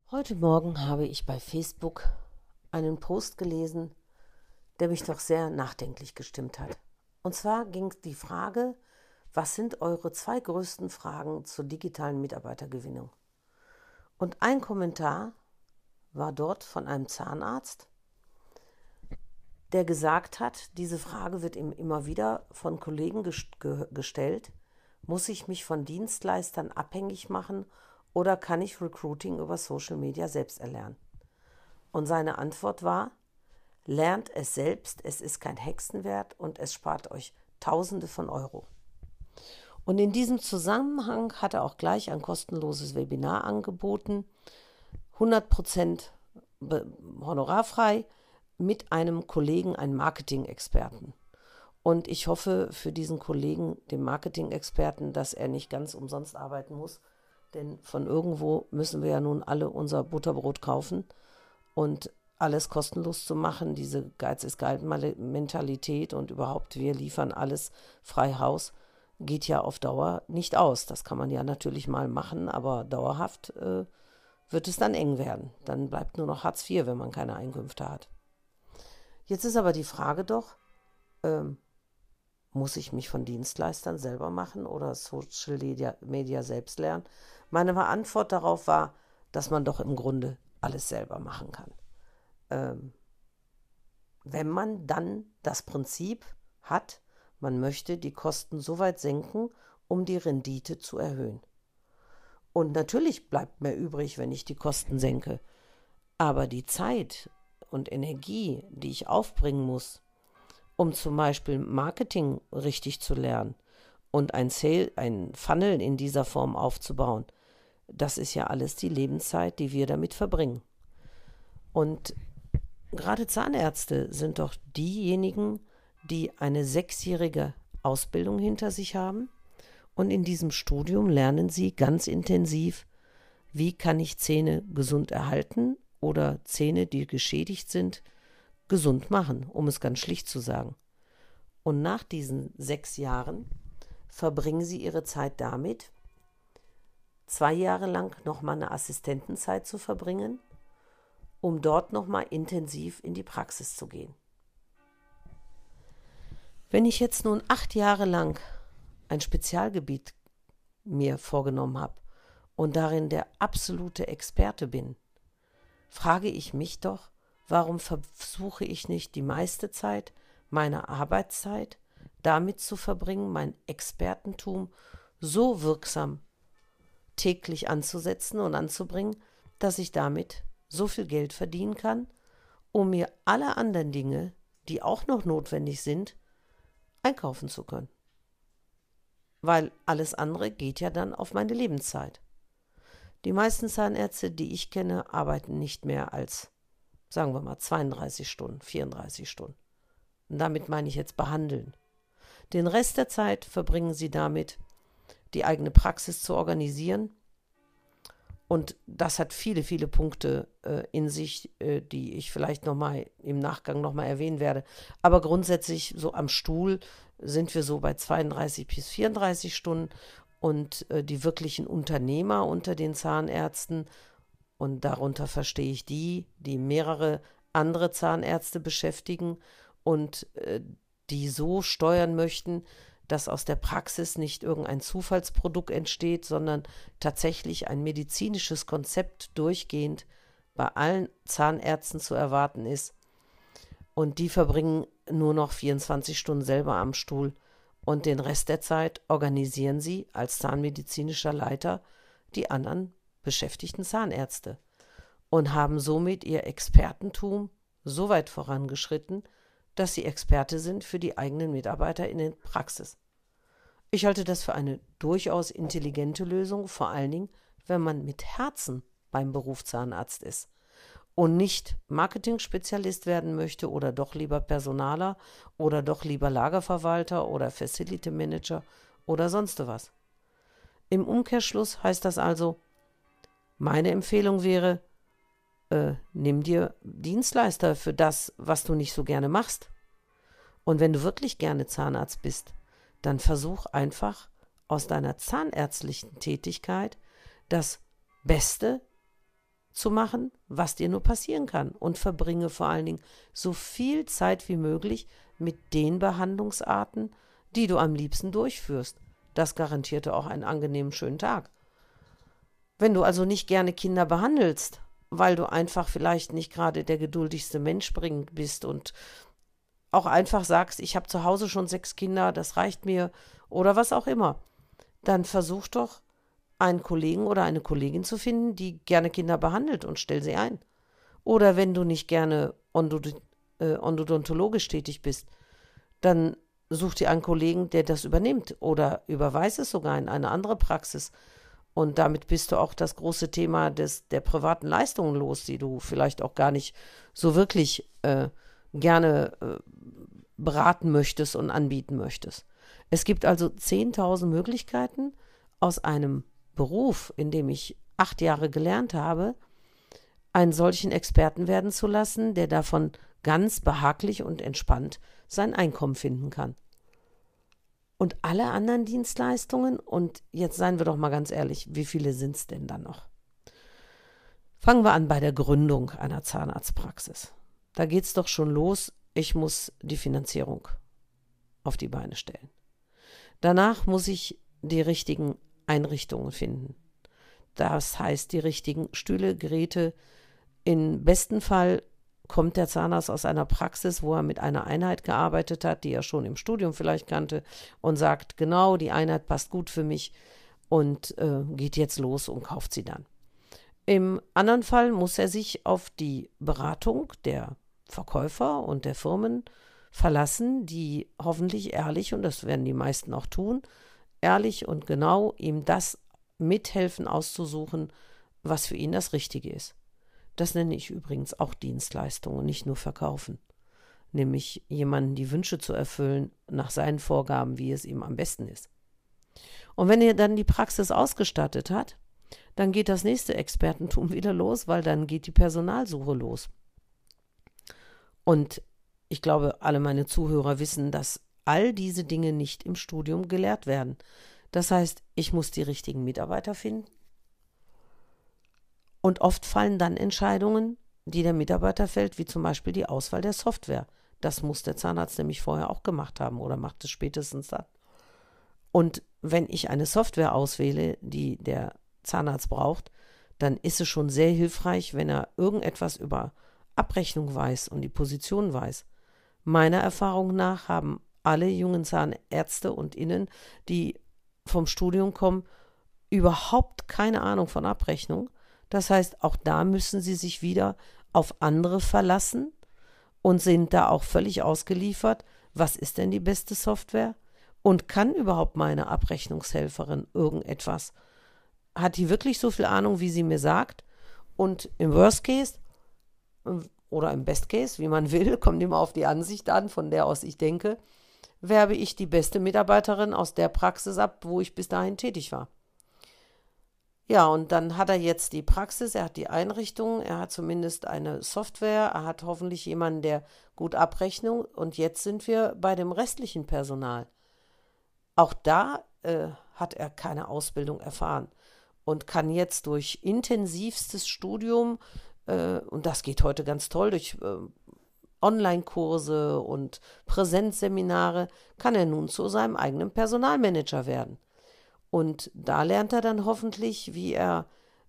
Heute Morgen habe ich bei Facebook einen Post gelesen, der mich doch sehr nachdenklich gestimmt hat. Und zwar ging die Frage, was sind eure zwei größten Fragen zur digitalen Mitarbeitergewinnung? Und ein Kommentar war dort von einem Zahnarzt, der gesagt hat, diese Frage wird ihm immer wieder von Kollegen gestellt, muss ich mich von Dienstleistern abhängig machen oder kann ich Recruiting über Social Media selbst erlernen? Und seine Antwort war, lernt es selbst, es ist kein Hexenwerk und es spart euch Tausende von Euro. Und in diesem Zusammenhang hat er auch gleich ein kostenloses Webinar angeboten, 100% honorarfrei, mit einem Kollegen, einem Marketing-Experten. Und ich hoffe für diesen Kollegen, dem Marketing-Experten, dass er nicht ganz umsonst arbeiten muss, denn von irgendwo müssen wir ja nun alle unser Butterbrot kaufen. Und alles kostenlos zu machen, diese Geiz ist geil Mentalität und überhaupt wir liefern alles frei Haus, geht ja auf Dauer nicht aus. Das kann man ja natürlich mal machen, aber dauerhaft wird es dann eng werden. Dann bleibt nur noch Hartz IV, wenn man keine Einkünfte hat. Jetzt ist aber die Frage doch, muss ich mich von Dienstleistern selber machen oder Social Media selbst lernen? Meine Antwort darauf war, dass man doch im Grunde alles selber machen kann. Wenn man dann das Prinzip hat, man möchte die Kosten so weit senken, um die Rendite zu erhöhen. Und natürlich bleibt mir übrig, wenn ich die Kosten senke. Aber die Zeit und Energie, die ich aufbringen muss, um zum Beispiel Marketing richtig zu lernen und ein Funnel in dieser Form aufzubauen, das ist ja alles die Lebenszeit, die wir damit verbringen. Und gerade Zahnärzte sind doch diejenigen, die eine 6-jährige Ausbildung hinter sich haben. Und in diesem Studium lernen sie ganz intensiv, wie kann ich Zähne gesund erhalten oder Zähne, die geschädigt sind, gesund machen, um es ganz schlicht zu sagen. Und nach diesen 6 Jahren verbringen sie ihre Zeit damit, 2 Jahre lang nochmal eine Assistentenzeit zu verbringen, um dort nochmal intensiv in die Praxis zu gehen. Wenn ich jetzt nun 8 Jahre lang ein Spezialgebiet mir vorgenommen habe und darin der absolute Experte bin, frage ich mich doch, warum versuche ich nicht die meiste Zeit meiner Arbeitszeit damit zu verbringen, mein Expertentum so wirksam täglich anzusetzen und anzubringen, dass ich damit so viel Geld verdienen kann, um mir alle anderen Dinge, die auch noch notwendig sind, einkaufen zu können. Weil alles andere geht ja dann auf meine Lebenszeit. Die meisten Zahnärzte, die ich kenne, arbeiten nicht mehr als, sagen wir mal, 32 Stunden, 34 Stunden. Und damit meine ich jetzt behandeln. Den Rest der Zeit verbringen sie damit, die eigene Praxis zu organisieren. Und das hat viele, viele Punkte in sich, die ich vielleicht nochmal im Nachgang nochmal erwähnen werde. Aber grundsätzlich so am Stuhl sind wir so bei 32 bis 34 Stunden. Und die wirklichen Unternehmer unter den Zahnärzten, und darunter verstehe ich die mehrere andere Zahnärzte beschäftigen und die so steuern möchten, dass aus der Praxis nicht irgendein Zufallsprodukt entsteht, sondern tatsächlich ein medizinisches Konzept durchgehend bei allen Zahnärzten zu erwarten ist. Und die verbringen nur noch 24 Stunden selber am Stuhl und den Rest der Zeit organisieren sie als zahnmedizinischer Leiter die anderen beschäftigten Zahnärzte und haben somit ihr Expertentum so weit vorangeschritten, dass sie Experte sind für die eigenen Mitarbeiter in der Praxis. Ich halte das für eine durchaus intelligente Lösung, vor allen Dingen, wenn man mit Herzen beim Beruf Zahnarzt ist und nicht Marketing-Spezialist werden möchte oder doch lieber Personaler oder doch lieber Lagerverwalter oder Facility Manager oder sonst was. Im Umkehrschluss heißt das also, meine Empfehlung wäre, nimm dir Dienstleister für das, was du nicht so gerne machst. Und wenn du wirklich gerne Zahnarzt bist, dann versuch einfach aus deiner zahnärztlichen Tätigkeit das Beste zu machen, was dir nur passieren kann. Und verbringe vor allen Dingen so viel Zeit wie möglich mit den Behandlungsarten, die du am liebsten durchführst. Das garantierte auch einen angenehmen, schönen Tag. Wenn du also nicht gerne Kinder behandelst, weil du einfach vielleicht nicht gerade der geduldigste Mensch bist und auch einfach sagst, ich habe zu Hause schon 6 Kinder, das reicht mir oder was auch immer, dann versuch doch, einen Kollegen oder eine Kollegin zu finden, die gerne Kinder behandelt und stell sie ein. Oder wenn du nicht gerne odontologisch tätig bist, dann such dir einen Kollegen, der das übernimmt oder überweise es sogar in eine andere Praxis. Und damit bist du auch das große Thema der privaten Leistungen los, die du vielleicht auch gar nicht so wirklich gerne beraten möchtest und anbieten möchtest. Es gibt also 10.000 Möglichkeiten, aus einem Beruf, in dem ich 8 Jahre gelernt habe, einen solchen Experten werden zu lassen, der davon ganz behaglich und entspannt sein Einkommen finden kann. Und alle anderen Dienstleistungen, und jetzt seien wir doch mal ganz ehrlich, wie viele sind es denn dann noch? Fangen wir an bei der Gründung einer Zahnarztpraxis. Da geht es doch schon los, ich muss die Finanzierung auf die Beine stellen. Danach muss ich die richtigen Einrichtungen finden. Das heißt, die richtigen Stühle, Geräte. Im besten Fall kommt der Zahnarzt aus einer Praxis, wo er mit einer Einheit gearbeitet hat, die er schon im Studium vielleicht kannte und sagt, genau, die Einheit passt gut für mich und geht jetzt los und kauft sie dann. Im anderen Fall muss er sich auf die Beratung der Verkäufer und der Firmen verlassen, die hoffentlich ehrlich, und das werden die meisten auch tun, ehrlich und genau ihm das mithelfen auszusuchen, was für ihn das Richtige ist. Das nenne ich übrigens auch Dienstleistungen, nicht nur Verkaufen. Nämlich jemanden die Wünsche zu erfüllen nach seinen Vorgaben, wie es ihm am besten ist. Und wenn er dann die Praxis ausgestattet hat, dann geht das nächste Expertentum wieder los, weil dann geht die Personalsuche los. Und ich glaube, alle meine Zuhörer wissen, dass all diese Dinge nicht im Studium gelehrt werden. Das heißt, ich muss die richtigen Mitarbeiter finden. Und oft fallen dann Entscheidungen, die der Mitarbeiter fällt, wie zum Beispiel die Auswahl der Software. Das muss der Zahnarzt nämlich vorher auch gemacht haben oder macht es spätestens dann. Und wenn ich eine Software auswähle, die der Zahnarzt braucht, dann ist es schon sehr hilfreich, wenn er irgendetwas über Abrechnung weiß und die Position weiß. Meiner Erfahrung nach haben alle jungen Zahnärzte und Innen, die vom Studium kommen, überhaupt keine Ahnung von Abrechnung. Das heißt, auch da müssen sie sich wieder auf andere verlassen und sind da auch völlig ausgeliefert. Was ist denn die beste Software? Und kann überhaupt meine Abrechnungshelferin irgendetwas? Hat die wirklich so viel Ahnung, wie sie mir sagt? Und im Worst Case oder im Best Case, wie man will, kommt immer auf die Ansicht an, von der aus ich denke, werbe ich die beste Mitarbeiterin aus der Praxis ab, wo ich bis dahin tätig war. Ja, und dann hat er jetzt die Praxis, er hat die Einrichtung, er hat zumindest eine Software, er hat hoffentlich jemanden, der gut Abrechnung, und jetzt sind wir bei dem restlichen Personal. Auch da hat er keine Ausbildung erfahren und kann jetzt durch intensivstes Studium, und das geht heute ganz toll, durch Online-Kurse und Präsenzseminare, kann er nun zu seinem eigenen Personalmanager werden. Und da lernt er dann hoffentlich, wie er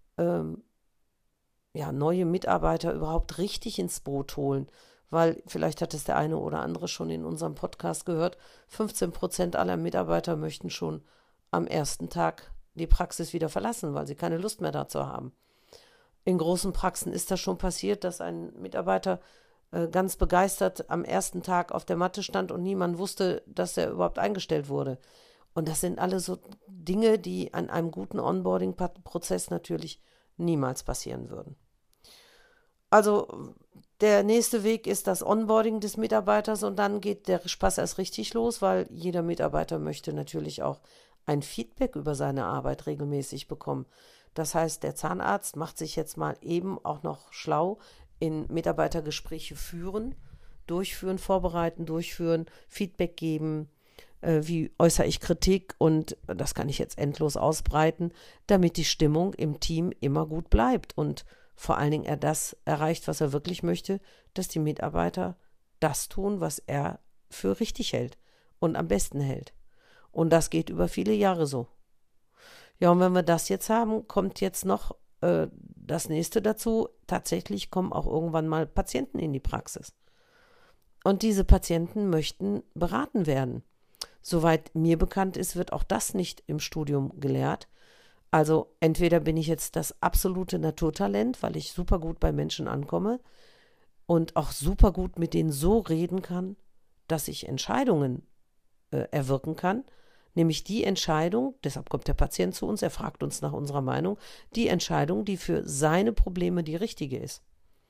neue Mitarbeiter überhaupt richtig ins Boot holen. Weil vielleicht hat es der eine oder andere schon in unserem Podcast gehört, 15% aller Mitarbeiter möchten schon am ersten Tag die Praxis wieder verlassen, weil sie keine Lust mehr dazu haben. In großen Praxen ist das schon passiert, dass ein Mitarbeiter ganz begeistert am ersten Tag auf der Matte stand und niemand wusste, dass er überhaupt eingestellt wurde. Und das sind alle so Dinge, die an einem guten Onboarding-Prozess natürlich niemals passieren würden. Also der nächste Weg ist das Onboarding des Mitarbeiters und dann geht der Spaß erst richtig los, weil jeder Mitarbeiter möchte natürlich auch ein Feedback über seine Arbeit regelmäßig bekommen. Das heißt, der Zahnarzt macht sich jetzt mal eben auch noch schlau in Mitarbeitergespräche durchführen, vorbereiten, Feedback geben. Wie äußere ich Kritik, und das kann ich jetzt endlos ausbreiten, damit die Stimmung im Team immer gut bleibt und vor allen Dingen er das erreicht, was er wirklich möchte, dass die Mitarbeiter das tun, was er für richtig hält und am besten hält. Und das geht über viele Jahre so. Ja, und wenn wir das jetzt haben, kommt jetzt noch das nächste dazu. Tatsächlich kommen auch irgendwann mal Patienten in die Praxis. Und diese Patienten möchten beraten werden. Soweit mir bekannt ist, wird auch das nicht im Studium gelehrt. Also entweder bin ich jetzt das absolute Naturtalent, weil ich super gut bei Menschen ankomme und auch super gut mit denen so reden kann, dass ich Entscheidungen erwirken kann. Nämlich die Entscheidung, deshalb kommt der Patient zu uns, er fragt uns nach unserer Meinung, die Entscheidung, die für seine Probleme die richtige ist.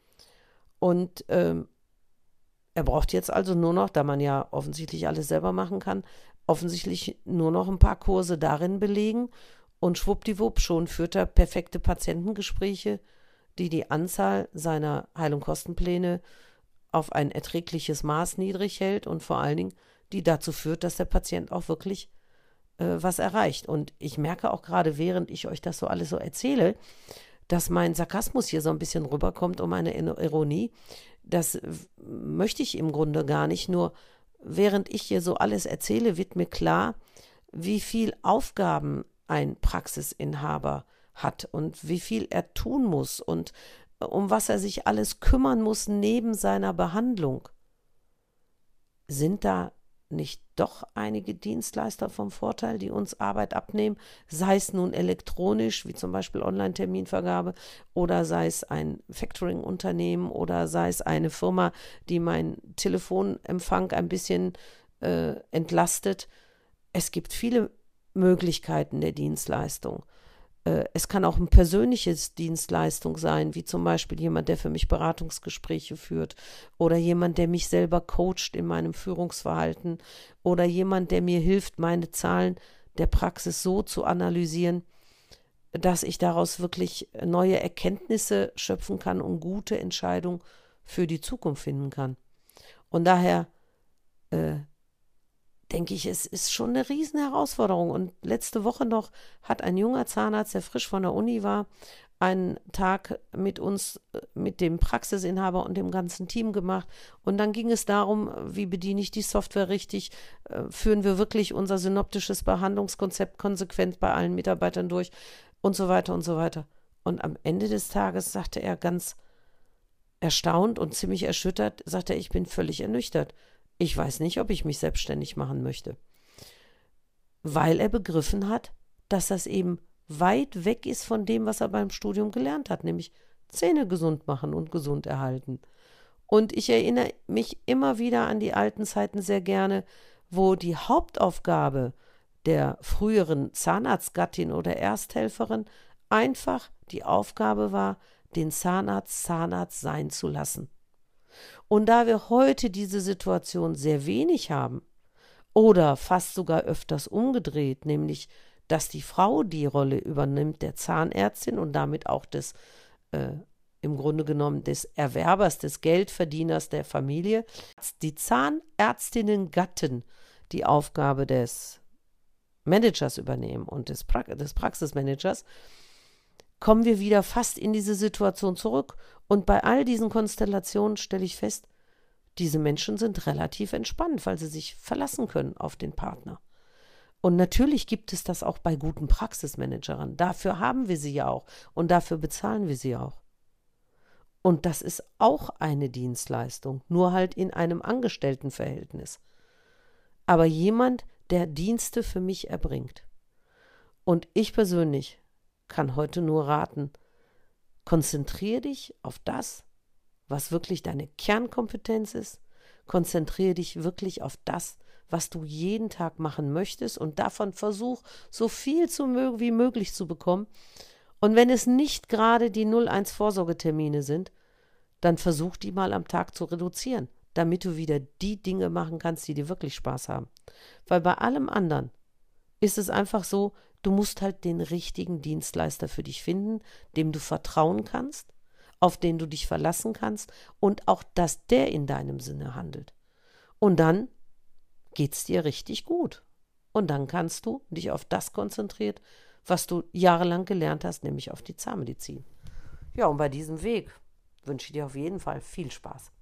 Und er braucht jetzt also nur noch, da man ja offensichtlich alles selber machen kann, offensichtlich nur noch ein paar Kurse darin belegen und schwuppdiwupp, schon führt er perfekte Patientengespräche, die die Anzahl seiner Heil- und Kostenpläne auf ein erträgliches Maß niedrig hält und vor allen Dingen, die dazu führt, dass der Patient auch wirklich was erreicht. Und ich merke auch gerade, während ich euch das so alles so erzähle, dass mein Sarkasmus hier so ein bisschen rüberkommt und meine Ironie. Das möchte ich im Grunde gar nicht. Nur während ich hier so alles erzähle, wird mir klar, wie viel Aufgaben ein Praxisinhaber hat und wie viel er tun muss und um was er sich alles kümmern muss neben seiner Behandlung. Sind da nicht doch einige Dienstleister vom Vorteil, die uns Arbeit abnehmen, sei es nun elektronisch, wie zum Beispiel Online-Terminvergabe, oder sei es ein Factoring-Unternehmen oder sei es eine Firma, die meinen Telefonempfang ein bisschen entlastet. Es gibt viele Möglichkeiten der Dienstleistung. Es kann auch eine persönliche Dienstleistung sein, wie zum Beispiel jemand, der für mich Beratungsgespräche führt oder jemand, der mich selber coacht in meinem Führungsverhalten oder jemand, der mir hilft, meine Zahlen der Praxis so zu analysieren, dass ich daraus wirklich neue Erkenntnisse schöpfen kann und gute Entscheidungen für die Zukunft finden kann. Und daher denke ich, es ist schon eine Riesenherausforderung. Und letzte Woche noch hat ein junger Zahnarzt, der frisch von der Uni war, einen Tag mit uns, mit dem Praxisinhaber und dem ganzen Team gemacht. Und dann ging es darum, wie bediene ich die Software richtig, führen wir wirklich unser synoptisches Behandlungskonzept konsequent bei allen Mitarbeitern durch und so weiter und so weiter. Und am Ende des Tages sagte er ganz erstaunt und ziemlich erschüttert, sagte er, ich bin völlig ernüchtert. Ich weiß nicht, ob ich mich selbstständig machen möchte. Weil er begriffen hat, dass das eben weit weg ist von dem, was er beim Studium gelernt hat, nämlich Zähne gesund machen und gesund erhalten. Und ich erinnere mich immer wieder an die alten Zeiten sehr gerne, wo die Hauptaufgabe der früheren Zahnarztgattin oder Ersthelferin einfach die Aufgabe war, den Zahnarzt Zahnarzt sein zu lassen. Und da wir heute diese Situation sehr wenig haben oder fast sogar öfters umgedreht, nämlich dass die Frau die Rolle übernimmt der Zahnärztin und damit auch des im Grunde genommen des Erwerbers, des Geldverdieners der Familie, die Zahnärztinnen-Gatten die Aufgabe des Managers übernehmen und des Praxismanagers, kommen wir wieder fast in diese Situation zurück. Und bei all diesen Konstellationen stelle ich fest, diese Menschen sind relativ entspannt, weil sie sich verlassen können auf den Partner. Und natürlich gibt es das auch bei guten Praxismanagern. Dafür haben wir sie ja auch und dafür bezahlen wir sie auch. Und das ist auch eine Dienstleistung, nur halt in einem Angestelltenverhältnis. Aber jemand, der Dienste für mich erbringt. Und ich persönlich kann heute nur raten, konzentriere dich auf das, was wirklich deine Kernkompetenz ist. Konzentriere dich wirklich auf das, was du jeden Tag machen möchtest und davon versuch, so viel wie möglich zu bekommen. Und wenn es nicht gerade die 01 Vorsorgetermine sind, dann versuch die mal am Tag zu reduzieren, damit du wieder die Dinge machen kannst, die dir wirklich Spaß haben. Weil bei allem anderen ist es einfach so, du musst halt den richtigen Dienstleister für dich finden, dem du vertrauen kannst, auf den du dich verlassen kannst und auch, dass der in deinem Sinne handelt. Und dann geht's dir richtig gut. Und dann kannst du dich auf das konzentrieren, was du jahrelang gelernt hast, nämlich auf die Zahnmedizin. Ja, und bei diesem Weg wünsche ich dir auf jeden Fall viel Spaß.